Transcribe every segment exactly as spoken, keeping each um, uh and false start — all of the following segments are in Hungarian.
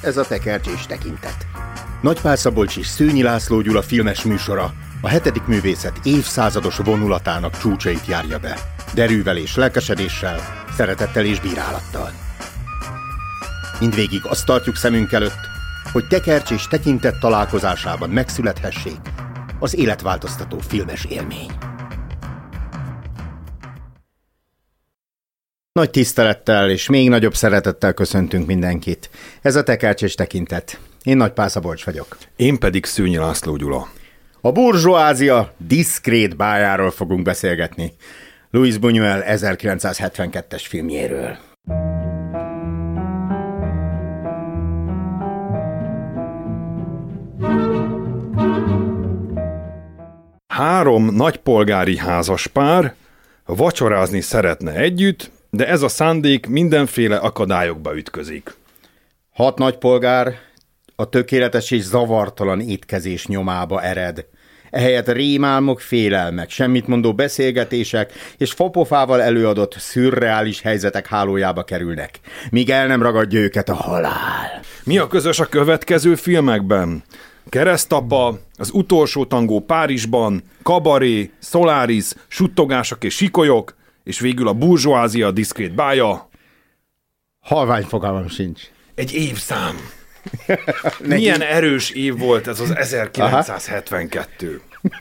ez a Tekercs és Tekintet. Nagypál Szabolcs és Szőnyi László Gyula filmes műsora a hetedik művészet évszázados vonulatának csúcsait járja be. Derűvel és lelkesedéssel, szeretettel és bírálattal. Mindvégig azt tartjuk szemünk előtt, hogy Tekercs és Tekintet találkozásában megszülethessék az életváltoztató filmes élmény. Nagy tisztelettel és még nagyobb szeretettel köszöntünk mindenkit. Ez a Tekercs és Tekintet. Én Nagypál Szabolcs vagyok. Én pedig Szőnyi László Gyula. A burzsóázia diszkrét bájáról fogunk beszélgetni. Luis Buñuel ezerkilencszázhetvenkettes filmjéről. Három nagypolgári házaspár vacsorázni szeretne együtt, de ez a szándék mindenféle akadályokba ütközik. Hat nagypolgár a tökéletes és zavartalan étkezés nyomába ered. Ehelyett rémálmok, félelmek, semmitmondó beszélgetések és fapofával előadott szürreális helyzetek hálójába kerülnek, míg el nem ragadja őket a halál. Mi a közös a következő filmekben? Keresztapa, Az utolsó tangó Párizsban, Kabaré, Solaris, Suttogások és sikolyok, és végül a burzsóázia diszkrét bája. Halvány fogalmam sincs. Egy évszám. Milyen erős év volt ez az ezerkilencszázhetvenkettő.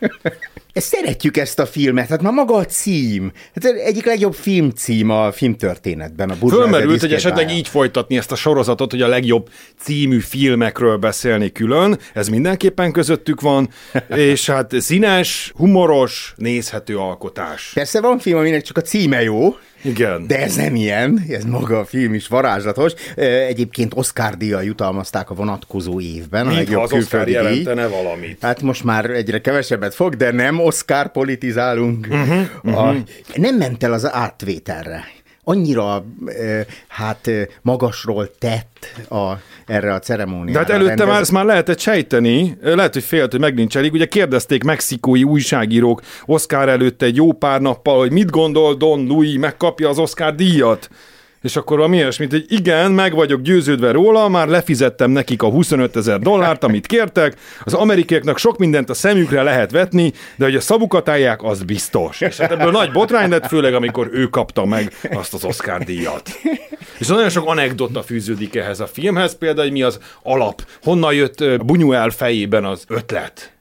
Ezt szeretjük, ezt a filmet, hát már maga a cím. Hát egyik legjobb filmcím a filmtörténetben. A Fölmerült, hogy esetleg bája. Így folytatni ezt a sorozatot, hogy a legjobb című filmekről beszélni külön. Ez mindenképpen közöttük van, és hát színes, humoros, nézhető alkotás. Persze van film, aminek csak a címe jó. Igen. De ez nem ilyen, ez maga a film is varázslatos. Egyébként Oscar-díjjal jutalmazták a vonatkozó évben. Mint ha az Oscar jelentene valamit. Hát most már egyre kevesebbet fog, de nem Oscar politizálunk. Uh-huh, uh-huh. A, nem ment el az átvételre. Annyira hát magasról tett a, erre a ceremóniára. De hát előtte rendez... már ezt már lehetett sejteni, lehet, hogy félt, hogy megnincs elég. Ugye kérdezték mexikói újságírók Oscar előtt egy jó pár nappal, hogy mit gondol Don Louis, megkapja az Oscar díjat. És akkor valami ilyesmit, hogy igen, meg vagyok győződve róla, már lefizettem nekik a huszonötezer dollárt, amit kértek, az amerikaiaknak sok mindent a szemükre lehet vetni, de hogy a szavukat állják, az biztos. És hát ebből nagy botrány lett, főleg amikor ő kapta meg azt az Oscar díjat. És nagyon sok anekdota fűződik ehhez a filmhez, például, hogy mi az alap, honnan jött Buñuel fejében az ötlet.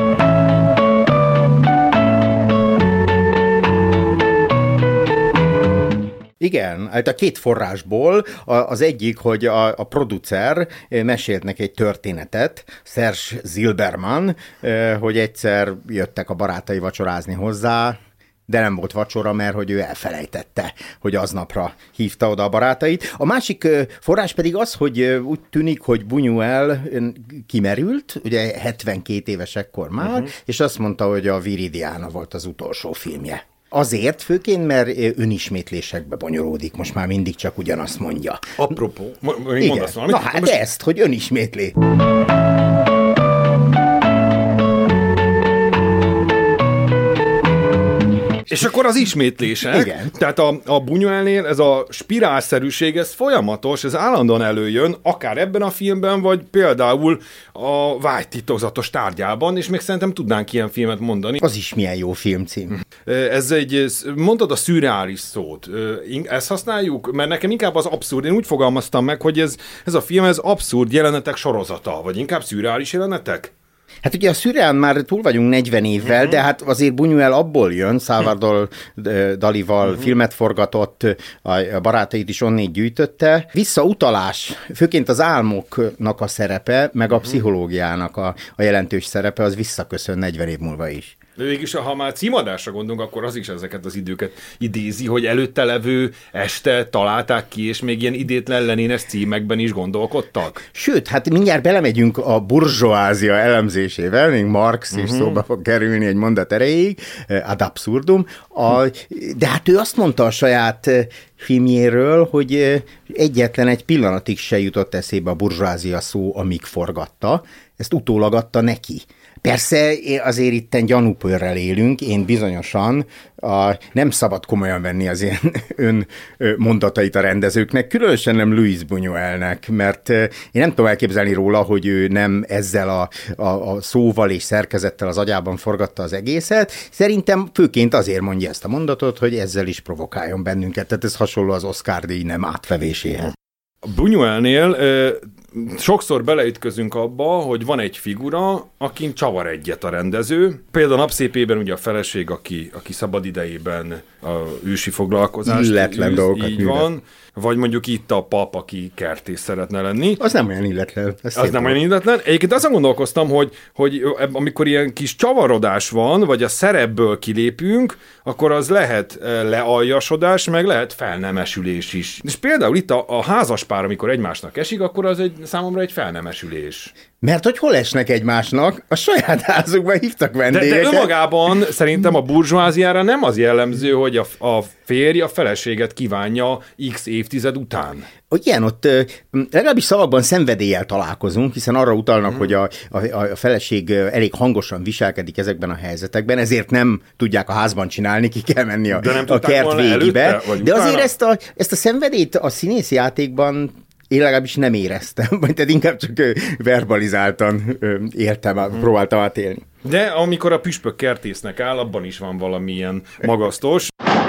Igen, hát a két forrásból az egyik, hogy a, a producer mesélt neki egy történetet, Serge Zilberman, hogy egyszer jöttek a barátai vacsorázni hozzá, de nem volt vacsora, mert hogy ő elfelejtette, hogy aznapra hívta oda a barátait. A másik forrás pedig az, hogy úgy tűnik, hogy Buñuel kimerült, ugye hetvenkét éves ekkor már, uh-huh. és azt mondta, hogy a Viridiana volt az utolsó filmje. Azért főként, mert önismétlésekbe bonyolódik, most már mindig csak ugyanazt mondja. Apropó, még mondasz valamit? Na hát most... ezt, hogy önismétlé. És akkor az ismétlések, igen. Tehát a, a Buñuelnél ez a spirálszerűség, ez folyamatos, ez állandóan előjön, akár ebben a filmben, vagy például a Vágy titokzatos tárgyában, és még szerintem tudnánk ilyen filmet mondani. Az is milyen jó filmcím. Ez egy, mondtad a szürreális szót, ezt használjuk, mert nekem inkább az abszurd, én úgy fogalmaztam meg, hogy ez, ez a film, ez abszurd jelenetek sorozata, vagy inkább szürreális jelenetek? Hát ugye a szürreán már túl vagyunk negyven évvel, uh-huh. de hát azért Buñuel abból jön, Salvador Dalival uh-huh. filmet forgatott, a barátait is onnét gyűjtötte. Visszautalás, főként az álmoknak a szerepe, meg a uh-huh. pszichológiának a, a jelentős szerepe, az visszaköszön negyven év múlva is. De végülis, ha már címadásra gondolunk, akkor az is ezeket az időket idézi, hogy előtte levő este találták ki, és még ilyen idétlen Lenines címekben is gondolkodtak. Sőt, hát mindjárt belemegyünk a burzsóázia elemzésével, még Marx is uh-huh. szóba fog kerülni egy mondat erejéig, ad absurdum, a, de hát ő azt mondta a saját filmjéről, hogy egyetlen egy pillanatig se jutott eszébe a burzsóázia szó, amíg forgatta, ezt utólag adta neki. Persze azért itten gyanúpőrrel élünk, én bizonyosan a, nem szabad komolyan venni az ilyen ön mondatait a rendezőknek, különösen nem Luis Buñuelnek, mert én nem tudom elképzelni róla, hogy ő nem ezzel a, a, a szóval és szerkezettel az agyában forgatta az egészet. Szerintem főként azért mondja ezt a mondatot, hogy ezzel is provokáljon bennünket, tehát ez hasonló az Oscar-díj nem átvevéséhez. A Buñuelnél sokszor beleütközünk abba, hogy van egy figura, akin csavar egyet a rendező. Például a Napszépében ugye a feleség, aki, aki szabad idejében a ősi foglalkozást illetlen dolgokat így van. Vagy mondjuk itt a pap, aki kertész szeretne lenni. Az nem olyan illetlen. Az nem olyan illetlen. Egyébként azon gondolkoztam, hogy, hogy amikor ilyen kis csavarodás van, vagy a szerepből kilépünk, akkor az lehet lealjasodás, meg lehet felnemesülés is. És például itt a, a házaspár, amikor egymásnak esik, akkor az egy, számomra egy felnemesülés. Mert hogy hol esnek egymásnak? A saját házukban hívtak vendégeket. De, de önmagában szerintem a burzsóáziára nem az jellemző, hogy a, a férj a feleséget kívánja x évtized után. Igen, ott legalábbis szavakban szenvedéllyel találkozunk, hiszen arra utalnak, mm. hogy a, a, a feleség elég hangosan viselkedik ezekben a helyzetekben, ezért nem tudják a házban csinálni, ki kell menni a, a kert végébe. Előtte, de azért ezt a, ezt a szenvedélyt a színészi játékban én legalábbis nem éreztem, vagy tehát inkább csak verbalizáltan éltem, hmm. próbáltam átélni. De amikor a püspök kertésznek áll, abban is van valamilyen magasztos.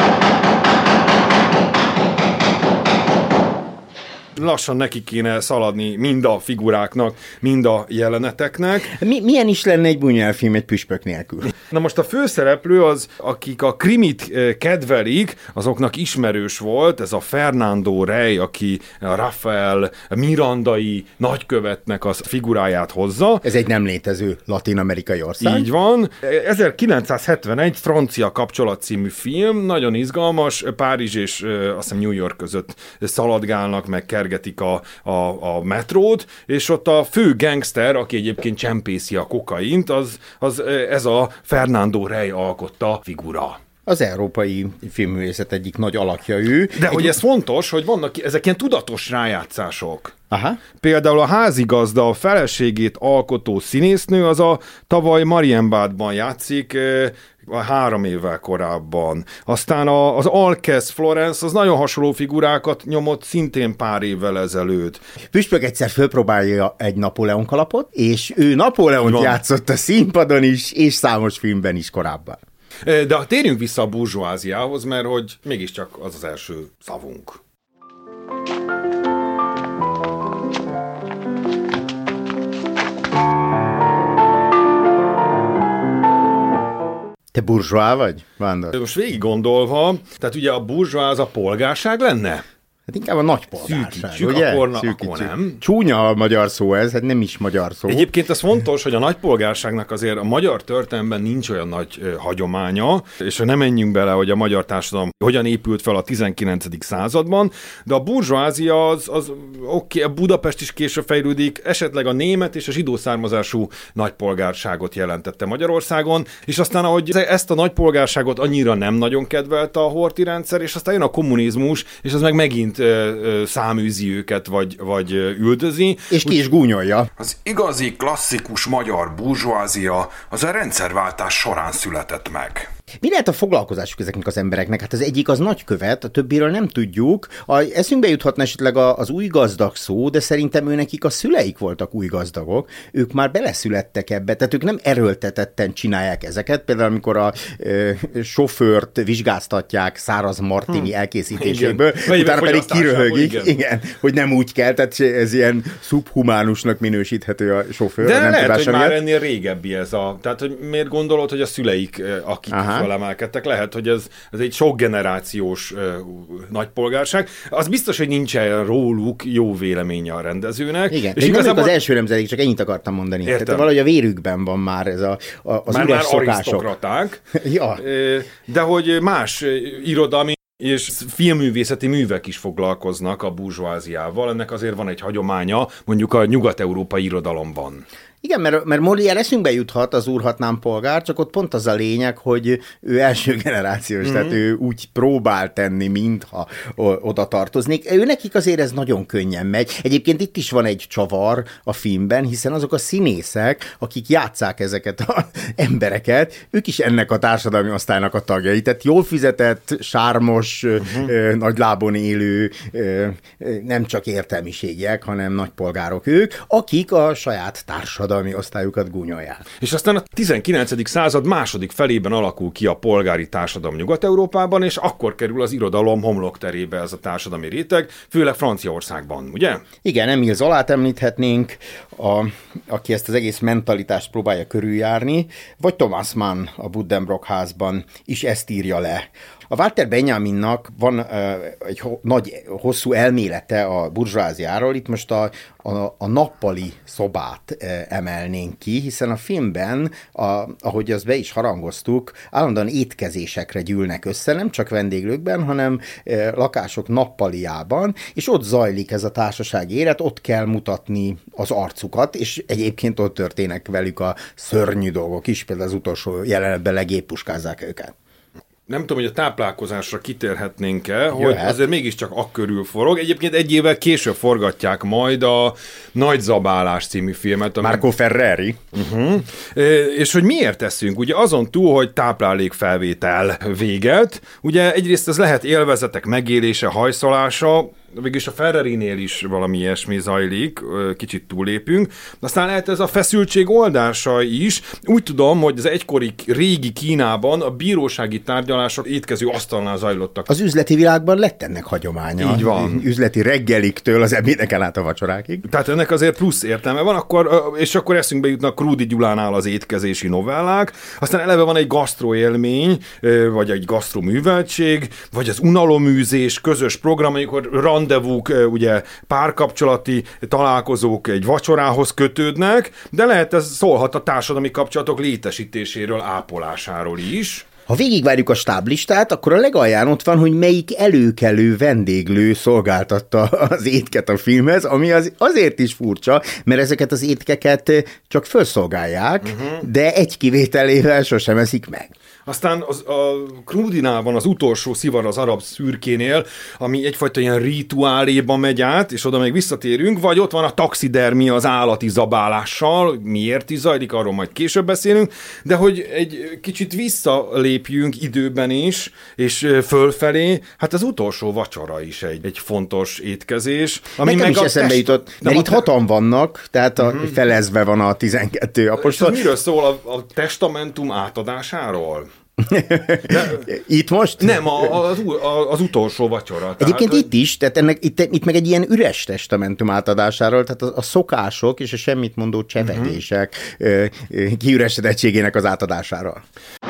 Lassan neki kéne szaladni mind a figuráknak, mind a jeleneteknek. Mi, milyen is lenne egy Buñuel film egy püspök nélkül? Na most a főszereplő az, akik a krimit kedvelik, azoknak ismerős volt, ez a Fernando Rey, aki a Rafael Mirandai nagykövetnek a figuráját hozza. Ez egy nem létező latin-amerikai ország. Így van. ezerkilencszázhetvenegy Francia kapcsolat című film, nagyon izgalmas, Párizs és azt hiszem New York között szaladgálnak, meg kergetik a, a, a metrót, és ott a fő gangster, aki egyébként csempészi a kokaint, az, az ez a Fernando Rey alkotta figura. Az európai filmművészet egyik nagy alakja ő. De egy... hogy ez fontos, hogy vannak ezek ilyen tudatos rájátszások. Aha. Például a házigazda, a feleségét alkotó színésznő, az a tavaly Marienbadban játszik, három évvel korábban. Aztán a, az Alkesz Florence, az nagyon hasonló figurákat nyomott szintén pár évvel ezelőtt. Püspök egyszer fölpróbálja egy Napóleon kalapot, és ő Napóleont játszott a színpadon is, és számos filmben is korábban. De térjünk vissza a burzsóáziához, mert hogy mégiscsak az az első szavunk. Te burzsóá vagy, Vándor? Most végig gondolva, tehát ugye a burzsóá az a polgárság lenne? Hát inkább a nagy polgárság, Szűkítsük, ugye? akkor, na, akkor nem. Csúnya a magyar szó ez, hát nem is magyar szó. Egyébként az fontos, hogy a nagy polgárságnak azért a magyar történelemben nincs olyan nagy ö, hagyománya, és nem menjünk bele, hogy a magyar társadalom hogyan épült fel a tizenkilencedik században, de a burzsóázia az, az oké, okay, Budapest is később fejlődik, esetleg a német és a zsidó származású nagypolgárságot jelentette Magyarországon, és aztán ahogy ezt a nagypolgárságot annyira nem nagyon kedvelte a horthy rendszer, és aztán jön a kommunizmus, és az meg megint száműzi őket, vagy, vagy üldözi. És ki is gúnyolja. Az igazi klasszikus magyar burzsóázia az a rendszerváltás során született meg. Mi lehet a foglalkozásuk ezeknek az embereknek? Hát az egyik az nagykövet, a többiről nem tudjuk. A, eszünkbe juthatna esetleg az új gazdag szó, de szerintem őnekik a szüleik voltak új gazdagok. Ők már beleszülettek ebbe, tehát ők nem erőltetetten csinálják ezeket. Például amikor a ö, sofőrt vizsgáztatják száraz martini hmm. elkészítéséből, igen. utána pedig kiröhögik, igen. igen, hogy nem úgy kell, tehát ez ilyen szubhumánusnak minősíthető a sofőr. De nem lehet, hogy miatt. már ennél régebbi ez a... Tehát, hogy miért gondolod, hogy a szüleik, akik Aha. felemelkedtek, lehet, hogy ez, ez egy sok generációs uh, nagypolgárság. Az biztos, hogy nincsen róluk jó véleménye a rendezőnek. Igen, és igazából... nem az első nemzedék, csak ennyit akartam mondani. Értem. Tehát valahogy a vérükben van már ez a, a, az már üres már szokások. ja. De hogy más irodalmi és filmművészeti művek is foglalkoznak a burzsóáziával. Ennek azért van egy hagyománya, mondjuk a nyugat-európai irodalomban. Igen, mert, mert Molière eszünkbe juthat az Úrhatnám polgár, csak ott pont az a lényeg, hogy ő első generációs, mm-hmm. tehát ő úgy próbál tenni, mintha oda tartoznék. Ő nekik azért ez nagyon könnyen megy. Egyébként itt is van egy csavar a filmben, hiszen azok a színészek, akik játsszák ezeket az embereket, ők is ennek a társadalmi osztálynak a tagjai. Tehát jól fizetett, sármos, uh-huh. nagy lábon élő, nem csak értelmiségiek, hanem nagypolgárok ők, akik a saját társadalmi osztályukat gúnyolják. És aztán a tizenkilencedik század második felében alakul ki a polgári társadalom Nyugat-Európában, és akkor kerül az irodalom homlokterébe ez a társadalmi réteg, főleg Franciaországban, ugye? Igen, Émile Zolát említhetnénk, a, aki ezt az egész mentalitást próbálja körüljárni, vagy Thomas Mann a Buddenbrock házban is ezt írja le. A Walter Benjaminnak van uh, egy ho- nagy, hosszú elmélete a burzsóáziáról, itt most a, a, a nappali szobát uh, emelnénk ki, hiszen a filmben, a, ahogy azt be is harangoztuk, állandóan étkezésekre gyűlnek össze, nem csak vendéglőkben, hanem uh, lakások nappaliában, és ott zajlik ez a társasági élet, ott kell mutatni az arcukat, és egyébként ott történnek velük a szörnyű dolgok is, például az utolsó jelenetben legépuskázzák őket. Nem tudom, hogy a táplálkozásra kitérhetnénk-e, hogy azért mégiscsak akkörül forog. Egyébként egy évvel később forgatják majd a Nagy Zabálás című filmet. Ami... Marco Ferreri. Uh-huh. És hogy miért teszünk? Ugye azon túl, hogy táplálékfelvétel véget, ugye egyrészt ez lehet élvezetek megélése, hajszolása, végülis a Ferrerinél is valami ilyesmi zajlik, kicsit túllépünk. Aztán lehet ez a feszültség oldása is. Úgy tudom, hogy az egykori régi Kínában a bírósági tárgyalások étkező asztalnál zajlottak. Az üzleti világban lett ennek hagyománya. Így van. Üzleti reggeliktől az ebédeken át a vacsorákig. Tehát ennek azért plusz értelme van, akkor, és akkor eszünkbe jutnak Krúdy Gyulánál az étkezési novellák, aztán eleve van egy gasztroélmény, vagy egy gasztroműveltség, vagy az unaloműzés, közös program, amikor rendezvúk, ugye párkapcsolati találkozók egy vacsorához kötődnek, de lehet ez szólhat a társadalmi kapcsolatok létesítéséről, ápolásáról is. Ha végigvárjuk a stáblistát, akkor a legalján ott van, hogy melyik előkelő vendéglő szolgáltatta az étket a filmhez, ami az azért is furcsa, mert ezeket az étkeket csak felszolgálják, uh-huh. de egy kivételével sosem eszik meg. Aztán az, a Krúdynál van az utolsó szivar az arab szürkénél, ami egyfajta ilyen rituáléba megy át, és oda még visszatérünk, vagy ott van a taxidermia az állati zabálással, miért is zajlik, arról majd később beszélünk, de hogy egy kicsit visszalépjünk időben is, és fölfelé, hát az utolsó vacsora is egy, egy fontos étkezés. Ami Nekem meg is eszembe test... jutott, mert itt hatan vannak, tehát a uh-huh. felezve van a tizenkettő apostol. És miről szól a, a testamentum átadásáról? De, itt most? Nem, a, az, az utolsó vacsora. Egyébként tehát, itt is, tehát ennek, itt, itt meg egy ilyen üres testamentum átadásáról, tehát a, a szokások és a semmit mondó csevegések uh-huh. kiüresedettségének az átadásáról.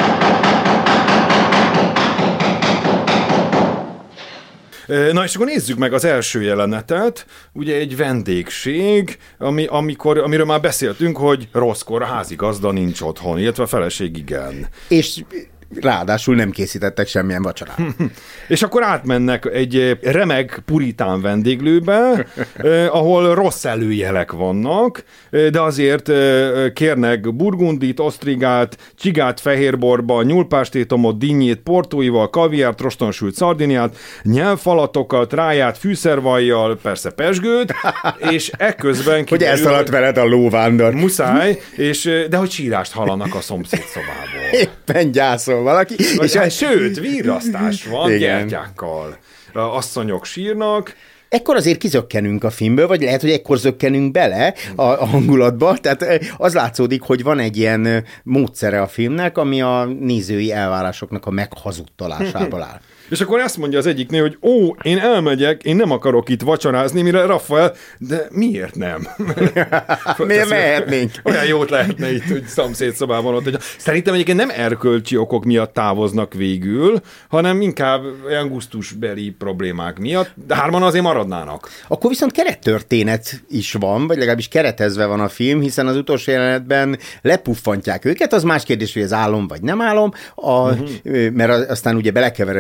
Na és akkor nézzük meg az első jelenetet, ugye egy vendégség, ami, amikor, amiről már beszéltünk, hogy rosszkor a házigazda nincs otthon, illetve a feleség igen. És ráadásul nem készítettek semmilyen vacsorát. És akkor átmennek egy remek puritán vendéglőbe, eh, ahol rossz előjelek vannak, eh, de azért eh, kérnek burgundit, osztrigát, csigát fehérborba, nyúlpástétomot, dinnyét, portóival, kaviárt, rostonsült szardiniát, nyelvfalatokat, ráját, fűszervajjal, persze pesgőt, és ekközben hogy elszaladt veled a lóvándor. Muszáj, és, de hogy sírást hallanak a szomszéd szobából. Éppen gyászol valaki. Vagy, és hát, sőt, virrasztás van gyertyákkal. Asszonyok sírnak. Ekkor azért kizökkenünk a filmből, vagy lehet, hogy ekkor zökkenünk bele a, a hangulatba, tehát az látszódik, hogy van egy ilyen módszere a filmnek, ami a nézői elvárásoknak a meghazudtalásából áll. És akkor azt mondja az egyik nő, hogy ó, én elmegyek, én nem akarok itt vacsorázni, mire Rafael, de miért nem? Miért mehetnénk? Olyan jót lehetne itt, hogy szomszédszobában ott. Hogy szerintem egyébként nem erkölcsi okok miatt távoznak végül, hanem inkább olyan gusztusbeli problémák miatt, de hárman azért maradnának. Akkor viszont kerettörténet is van, vagy legalábbis keretezve van a film, hiszen az utolsó jelenetben lepuffantják őket, az más kérdés, hogy ez álom vagy nem álom, a, uh-huh. mert aztán ugye belekeveredünk egy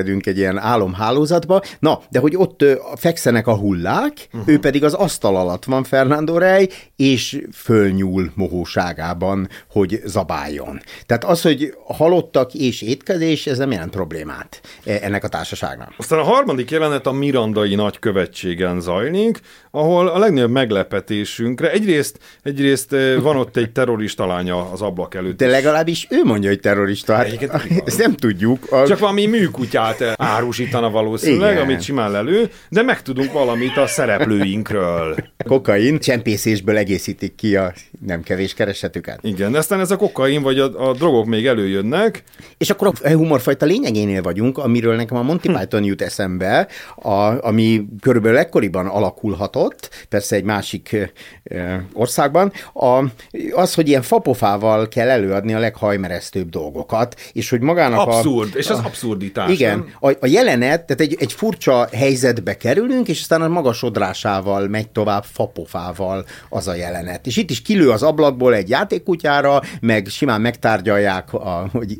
ilyen álomhálózatba. Na, de hogy ott ö, fekszenek a hullák, uh-huh. ő pedig az asztal alatt van, Fernando Rey, és fölnyúl mohóságában, hogy zabáljon. Tehát az, hogy halottak és étkezés, ez nem jelent problémát ennek a társaságnak. Aztán a harmadik jelenet a Mirandai nagykövetségen zajlik, ahol a legnagyobb meglepetésünkre egyrészt, egyrészt van ott egy terrorista lánya az ablak előtt. De legalábbis ő mondja, hogy terrorista. Hát, ezt nem tudjuk. A... Csak valami műkutyát árusítana valószínűleg, igen. amit simán lelő, de megtudunk valamit a szereplőinkről. Kokain csempészésből egészítik ki a nem kevés keresetüket. Igen, de aztán ez a kokain vagy a, a drogok még előjönnek. És akkor a humorfajta lényegénél vagyunk, amiről nekem a Monty Python jut eszembe, a, ami körülbelül ekkoriban alakulhatott, persze egy másik e, országban, a, az, hogy ilyen fapofával kell előadni a leghajmeresztőbb dolgokat, és hogy magának abszurd, a... és az abszurditás. Igen, a, a jelenet, tehát egy, egy furcsa helyzetbe kerülünk, és aztán a magasodrásával megy tovább fapofával az a jelenet. És itt is kilő az ablakból egy játékkutyára, meg simán megtárgyalják, a, hogy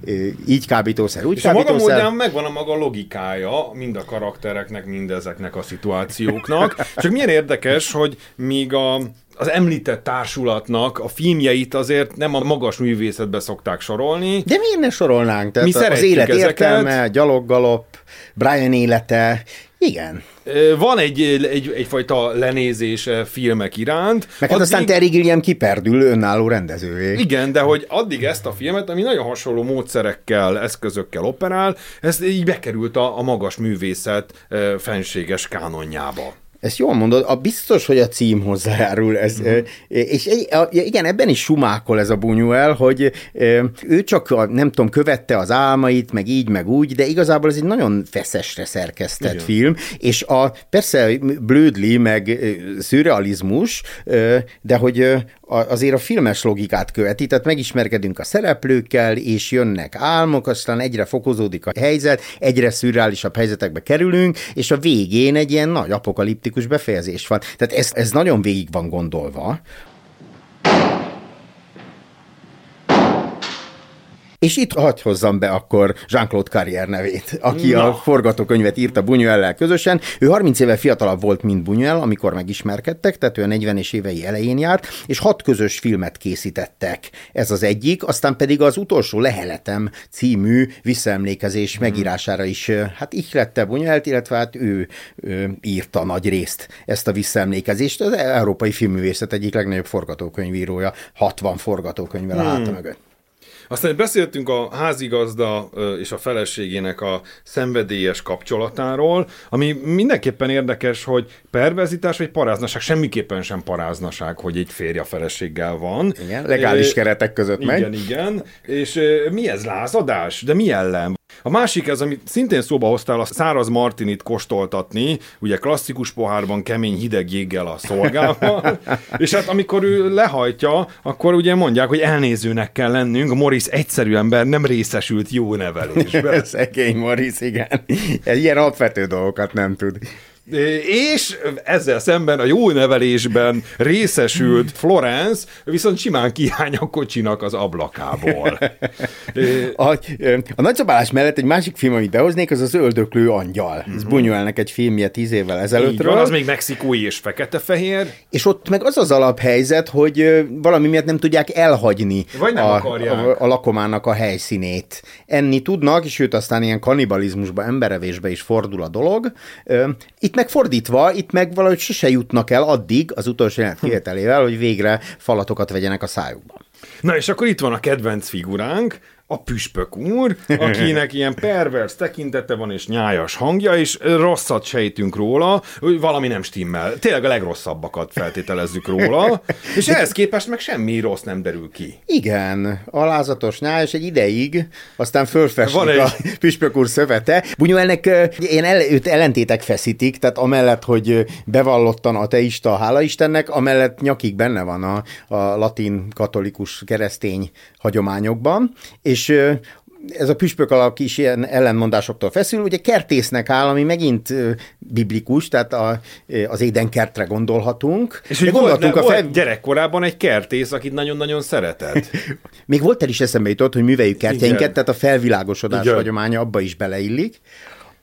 így kábítószer, úgy és kábítószer. És a maga módján megvan a maga logikája mind a karaktereknek, mind ezeknek a szituációknak. Csak milyen érdekes, hogy míg a az említett társulatnak a filmjeit azért nem a magas művészetbe szokták sorolni. De miért ne sorolnánk? Tehát Mi az élet ezeket. értelme, gyaloggalop, Brian élete, igen. Van egy, egy, egyfajta lenézés filmek iránt. Meg hát addig... aztán Terry Gilliam kiperdül önálló rendezővé. Igen, de hogy addig ezt a filmet, ami nagyon hasonló módszerekkel, eszközökkel operál, ez így bekerült a, a magas művészet fenséges kánonjába. Ezt jól mondod, a biztos, hogy a cím hozzájárul. Ez, mm. És igen, ebben is sumákol ez a Buñuel, hogy ő csak, nem tudom, követte az álmait, meg így, meg úgy, de igazából ez egy nagyon feszesre szerkesztett igen. film, és a, persze blödli, meg szürrealizmus, de hogy azért a filmes logikát követi, tehát megismerkedünk a szereplőkkel, és jönnek álmok, aztán egyre fokozódik a helyzet, egyre szürreálisabb helyzetekbe kerülünk, és a végén egy ilyen nagy apokaliptikus befejezés van. Tehát ez, ez nagyon végig van gondolva. És itt hadd hozzam be akkor Jean-Claude Carrière nevét, aki Na. a forgatókönyvet írta Buñuellel közösen. Ő harminc éve fiatalabb volt, mint Buñuel, amikor megismerkedtek, tehát ő a negyvenes évei elején járt, és hat közös filmet készítettek. Ez az egyik, aztán pedig az Utolsó leheletem című visszaemlékezés hmm. megírására is hát ihlette Buñuelt, illetve hát ő, ő írta nagy részt ezt a visszaemlékezést. Az európai filmművészet egyik legnagyobb forgatókönyvírója, hatvan forgatókönyvvel hmm. állta mögött. Aztán beszéltünk a házigazda és a feleségének a szenvedélyes kapcsolatáról, ami mindenképpen érdekes, hogy perverzitás vagy paráznaság, semmiképpen sem paráznaság, hogy egy férj a feleséggel van. Igen, legális keretek között igen, megy. Igen, igen. És mi ez, lázadás? De mi ellen? A másik ez, amit szintén szóba hoztál, a száraz martinit kóstoltatni, ugye klasszikus pohárban, kemény hideg jéggel a szolgával, és hát amikor ő lehajtja, akkor ugye mondják, hogy elnézőnek kell lennünk, a Morris egyszerű ember nem részesült jó nevelésben. Szegény Morris, igen. Ilyen alapvető dolgokat nem tud. És ezzel szemben a jó nevelésben részesült Florence viszont simán kihány a kocsinak az ablakából. A, a nagyszabálás mellett egy másik film, amit behoznék, az az Öldöklő angyal. Uh-huh. Ez Buñuelnek egy filmje tíz évvel ezelőttről. Van, az még mexikói és fekete-fehér. És ott meg az az alaphelyzet, hogy valami miatt nem tudják elhagyni Vagy nem a, a, a lakomának a helyszínét. Enni tudnak, és sőt aztán ilyen kannibalizmusba, emberevésbe is fordul a dolog. Itt meg fordítva, itt meg valahogy sose jutnak el addig az utolsó jelenet kivételével, hogy végre falatokat vegyenek a szájukba. Na és akkor itt van a kedvenc figuránk, a Püspök úr, akinek ilyen pervers tekintete van és nyájas hangja, és rosszat sejtünk róla, hogy valami nem stimmel. Tényleg a legrosszabbakat feltételezzük róla, és ehhez képest meg semmi rossz nem derül ki. Igen, alázatos nyájas egy ideig, aztán fölfestik egy... a Püspök úr szövete. Buñuelnek én el, őt ellentétek feszítik, tehát amellett, hogy bevallottan ateista, hála Istennek, amellett nyakig benne van a, a latin katolikus keresztény hagyományokban, és ez a püspök alak is ilyen ellenmondásoktól feszül. Ugye kertésznek áll, ami megint biblikus, tehát a, az édenkertre gondolhatunk. És hogy volt, ne, a fel... volt gyerekkorában egy kertész, akit nagyon-nagyon szeretett. Még volt el is eszembe jutott, hogy műveljük kertjeinket, igen. Tehát a felvilágosodás igen. hagyománya abba is beleillik.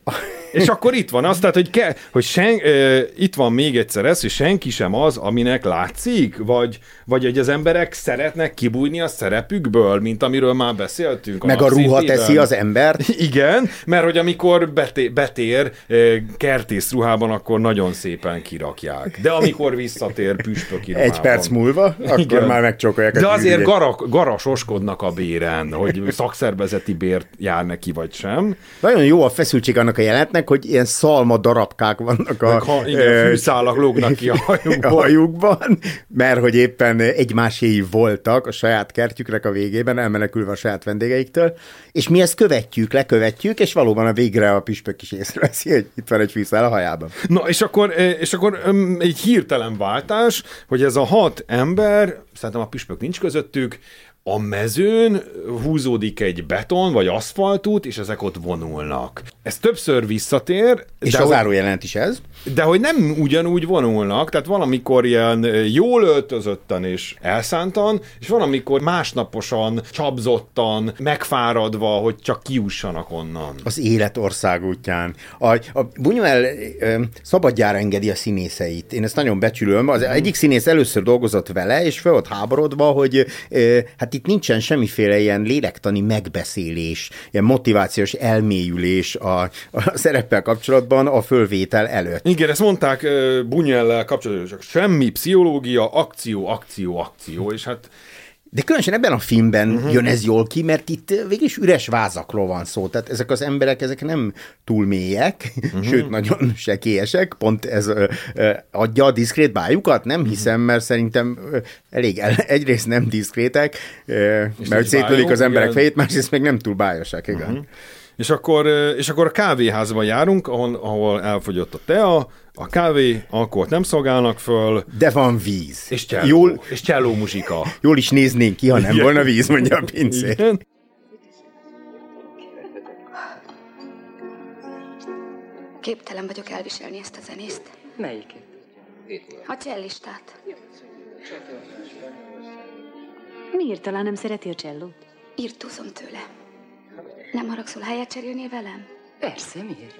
És akkor itt van az, tehát, hogy, ke, hogy sen, e, itt van még egyszer ez, hogy senki sem az, aminek látszik, vagy, vagy hogy az emberek szeretnek kibújni a szerepükből, mint amiről már beszéltünk. Meg a, a ruha teszi az embert. Igen, mert hogy amikor betér, betér kertész ruhában, akkor nagyon szépen kirakják. De amikor visszatér püspöki ruhában. Egy perc múlva, akkor igen. Már megcsokolják. De azért garak, garasoskodnak a béren, hogy szakszervezeti bért jár neki, vagy sem. Nagyon jó a feszültség annak a jelenetnek, hogy ilyen szalma darabkák vannak a, ha, igen, fűszálak lógnak ki a hajukban. a hajukban, mert hogy éppen egymáséi voltak a saját kertjüknek a végében, elmenekülve a saját vendégeiktől, és mi ezt követjük, lekövetjük, és valóban a végre a püspök is észreveszi, hogy itt van egy fűszál a hajában. Na, és akkor, és akkor egy hirtelen váltás, hogy ez a hat ember, szerintem a püspök nincs közöttük, a mezőn húzódik egy beton vagy aszfaltút, és ezek ott vonulnak. Ez többször visszatér. És az zárójelent is ez? De hogy nem ugyanúgy vonulnak, tehát valamikor ilyen jól öltözötten és elszántan, és valamikor másnaposan, csapzottan, megfáradva, hogy csak kiussanak onnan. Az élet országútján. A, a Buñuel szabadjára engedi a színészeit. Én ezt nagyon becsülöm. Az egyik színész először dolgozott vele, és fel volt háborodva, hogy hát itt nincsen semmiféle ilyen lélektani megbeszélés, ilyen motivációs elmélyülés a, a szereppel kapcsolatban a fölvétel előtt. Igen, ezt mondták uh, Buñuellel kapcsolatban, csak semmi pszichológia, akció, akció, akció, és hát de különösen ebben a filmben uh-huh. jön ez jól ki, mert itt végig üres vázakról van szó. Tehát ezek az emberek, ezek nem túl mélyek, uh-huh. sőt, nagyon sekélyesek. Pont ez ö, ö, adja a diszkrét bájukat? Nem hiszem, mert szerintem ö, elég el, egyrészt nem diszkrétek, ö, mert szétlölik az emberek igen. fejét, másrészt meg nem túl bájosak, igen. Uh-huh. És akkor, és akkor a kávéházba járunk, ahol, ahol elfogyott a tea, a kávé, alkoholt nem szolgálnak föl. De van víz. És cselló, jól, és cselló muzsika. Jól is néznénk ki, ha nem igen. volna víz, mondja a pincér. Igen. Képtelen vagyok elviselni ezt a zenészt. Melyiket? A csellistát. Miért talán nem szereti a csellót? Írtózom tőle. Nem haragszol helyet cserélni velem? Persze, miért?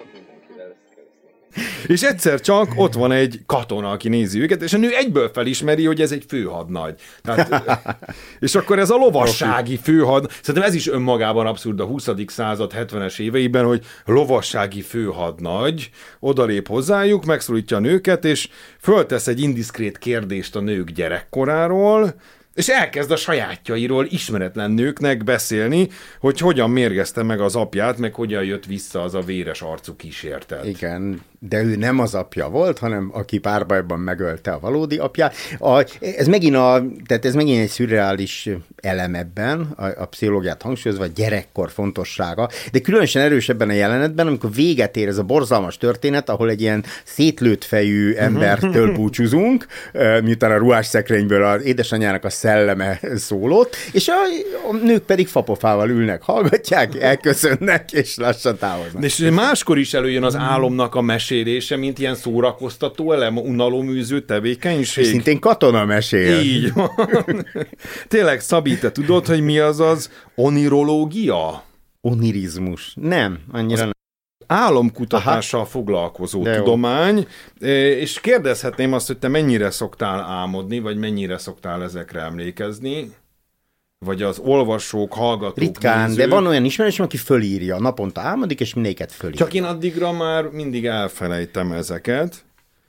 És egyszer csak ott van egy katona, aki nézi őket, és a nő egyből felismeri, hogy ez egy főhadnagy. Tehát, és akkor ez a lovassági főhad, szerintem ez is önmagában abszurd a huszadik század hetvenes éveiben, hogy lovassági főhadnagy odalép hozzájuk, megszólítja a nőket, és föltesz egy indiszkrét kérdést a nők gyerekkoráról, és elkezd a sajátjairól ismeretlen nőknek beszélni, hogy hogyan mérgezte meg az apját, meg hogyan jött vissza az a véres arcú kísértet. Igen, de ő nem az apja volt, hanem aki párbajban megölte a valódi apját. A, ez megint a, tehát ez megint egy szürreális elem ebben, a, a pszichológiát hangsúlyozva, a gyerekkor fontossága, de különösen erős ebben a jelenetben, amikor véget ér ez a borzalmas történet, ahol egy ilyen szétlőtt fejű embertől búcsúzunk, miután a ruhásszekrényből az édesanyjának a szelleme szólott, és a, a nők pedig fapofával ülnek, hallgatják, elköszönnek, és lassan távoznak. És máskor is előjön az álomnak a mesélése, mint ilyen szórakoztató elem, unaloműző tevékenység. És szintén katona mesél. Így van. Tényleg, Szabi, te tudod, hogy mi az az onirológia? Onirizmus. Nem, annyira nem. Álomkutatással aha. foglalkozó de tudomány, jó. És kérdezhetném azt, hogy te mennyire szoktál álmodni, vagy mennyire szoktál ezekre emlékezni, vagy az olvasók, hallgatók, ritkán, nézők. De van olyan ismerősöm, aki fölírja, naponta álmodik, és mindegyiket fölírja. Csak én addigra már mindig elfelejtem ezeket.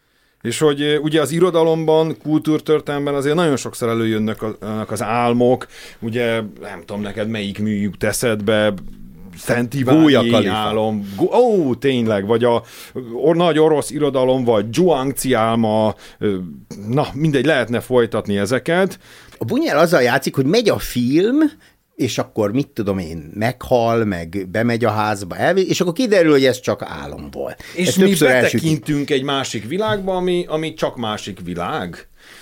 És hogy ugye az irodalomban, kultúrtörténelemben azért nagyon sokszor előjönnek az álmok, ugye nem tudom neked melyik mű jut eszedbe, Szent Iványi álom, ó, oh, tényleg, vagy a or, nagy orosz irodalom, vagy Zhuangzi álma, na, mindegy, lehetne folytatni ezeket. A Buñuel azzal játszik, hogy megy a film, és akkor mit tudom én, meghal, meg bemegy a házba, elvé, és akkor kiderül, hogy ez csak álom volt. És ez mi betekintünk elsütik. Egy másik világba, ami, ami csak másik világ.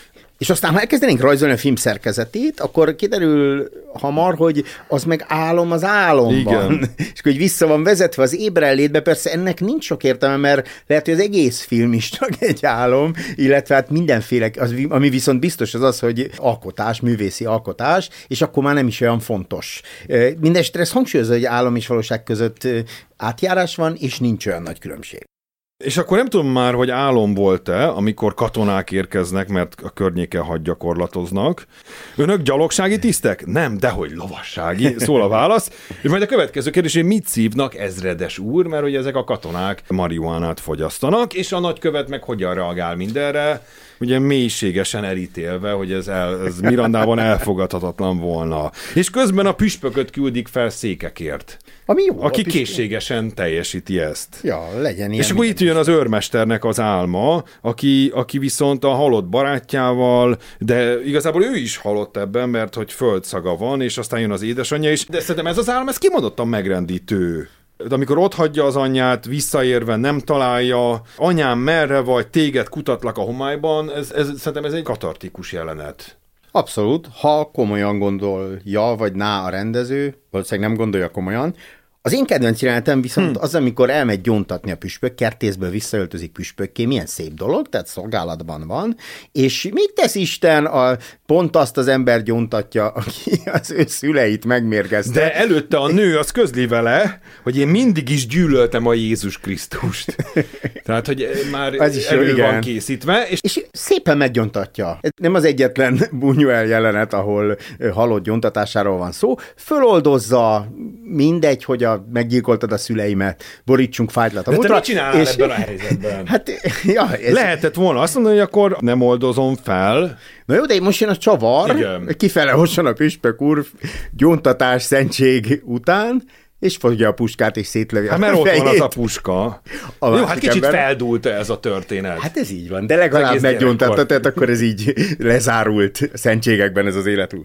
És aztán, ha elkezdenénk rajzolni a film szerkezetét, akkor kiderül hamar, hogy az meg álom az álomban. Igen. És hogy vissza van vezetve az ébrenlétbe, persze ennek nincs sok értelme, mert lehet, hogy az egész film is csak egy álom, illetve hát mindenféle, az, ami viszont biztos az az, hogy alkotás, művészi alkotás, és akkor már nem is olyan fontos. Mindenesetre ez hangsúlyozza, hogy álom és valóság között átjárás van, és nincs olyan nagy különbség. És akkor nem tudom már, hogy álom volt-e, amikor katonák érkeznek, mert a környéken hadgyakorlatoznak. Önök gyalogsági tisztek? Nem, dehogy lovassági, szól a válasz. És majd a következő kérdés, hogy mit szívnak, ezredes úr, mert hogy ezek a katonák marihuánát fogyasztanak, és a nagykövet meg hogyan reagál mindenre, ugye mélységesen elítélve, hogy ez, el, ez Mirandában elfogadhatatlan volna. És közben a püspököt küldik fel székekért. Ami jó, aki készségesen teljesíti ezt. Ja, legyen ilyen. És akkor itt jön az őrmesternek az álma, aki, aki viszont a halott barátjával, de igazából ő is halott ebben, mert hogy földszaga van, és aztán jön az édesanyja is. De szerintem ez az álom, ez kimondottan megrendítő. De amikor ott hagyja az anyját, visszaérve nem találja, anyám merre vagy, téged kutatlak a homályban, ez, ez, szerintem ez egy katartikus jelenet. Abszolút, ha komolyan gondolja, vagy ná a rendező, valószínűleg nem gondolja komolyan. Az én kedvenc jelenetem viszont hmm. az, amikor elmegy gyóntatni a püspök, kertészből visszaöltözik püspökké, milyen szép dolog, tehát szolgálatban van, és mit tesz Isten, a, pont azt az ember gyóntatja, aki az ő szüleit megmérgezte. De előtte a nő az közli vele, hogy én mindig is gyűlöltem a Jézus Krisztust. Tehát, hogy már elő van készítve. És... és szépen meggyóntatja. Ez nem az egyetlen Buñuel jelenet, ahol halott gyóntatásáról van szó. Föloldozza, mindegy, hogy a meggyilkoltad a szüleimet, borítsunk fájtlat a múltra. De te mit csinálnál és... ebben a helyzetben? Hát, ja, ez... Lehetett volna azt mondani, hogy akkor nem oldozom fel. Na jó, de most jön a csavar, igen. Kifele hosson a püspök úr gyóntatás szentség után, és fogja a puskát, és szétlövi hát, a mert fejét. Ott van az a puska. A jó, hát kicsit ember... feldúlt ez a történet. Hát ez így van, de legalább meggyóntatta, tehát akkor ez így lezárult szentségekben ez az életút.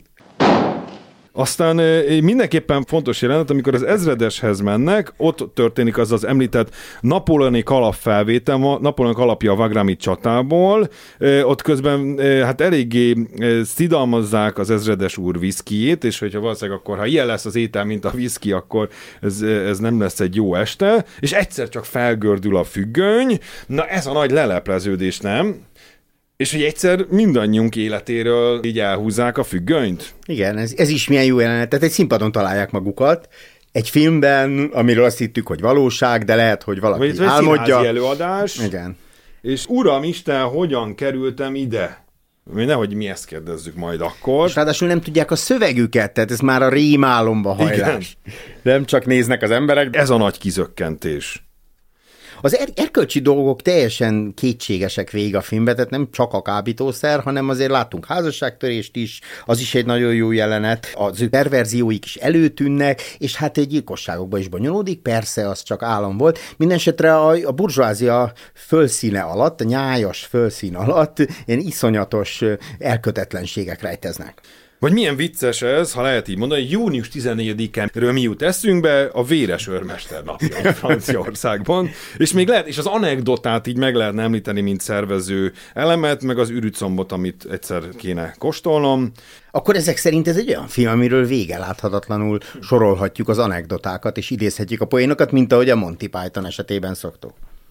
Aztán mindenképpen fontos jelenet, amikor az ezredeshez mennek, ott történik az az említett napóleoni kalap felvétel, Napóleon kalapja a wagrami csatából, ott közben hát eléggé szidalmazzák az ezredes úr viszkijét, és hogyha valószínűleg akkor, ha ilyen lesz az étel, mint a viszki, akkor ez, ez nem lesz egy jó este, és egyszer csak felgördül a függöny, na ez a nagy lelepleződés, nem? És hogy egyszer mindannyiunk életéről így elhúzzák a függönyt? Igen, ez, ez is milyen jó jelenet. Tehát egy színpadon találják magukat, egy filmben, amiről azt hittük, hogy valóság, de lehet, hogy valaki vagy álmodja. Vagy előadás. Igen. És Uram Isten, hogyan kerültem ide? Nehogy mi ezt kérdezzük majd akkor. És ráadásul nem tudják a szövegüket, tehát ez már a rémálomba hajlás. Igen. Nem csak néznek az emberek. Ez a nagy kizökkentés. Az er- erkölcsi dolgok teljesen kétségesek végig a filmben, tehát nem csak a kábítószer, hanem azért láttunk házasságtörést is, az is egy nagyon jó jelenet, az ő perverzióik is előtűnnek, és hát egy gyilkosságokba is bonyolódik, persze az csak álom volt. Mindenesetre a, a burzsóázia fölszíne alatt, a nyájas fölszín alatt ilyen iszonyatos elkötetlenségek rejteznek. Vagy milyen vicces ez, ha lehet így mondani, június tizennegyedikéről mi jut eszünkbe, a véres őrmester napja Franciaországban, és még lehet, és az anekdotát így meg lehetne említeni, mint szervező elemet, meg az ürücombot, amit egyszer kéne kóstolnom. Akkor ezek szerint ez egy olyan film, amiről vége láthatatlanul sorolhatjuk az anekdotákat, és idézhetjük a poénokat, mint ahogy a Monty Python esetében szoktuk.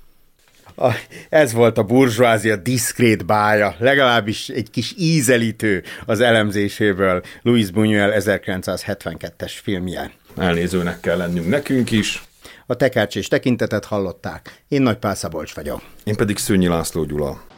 Ez volt a burzsóázia diszkrét bája, legalábbis egy kis ízelítő az elemzéséből Louis Buñuel ezerkilencszázhetvenkettes filmje. Elnézőnek kell lennünk nekünk is. A Tekercs és Tekintetet hallották. Én Nagy Pál Szabolcs vagyok. Én pedig Szőnyi László Gyula.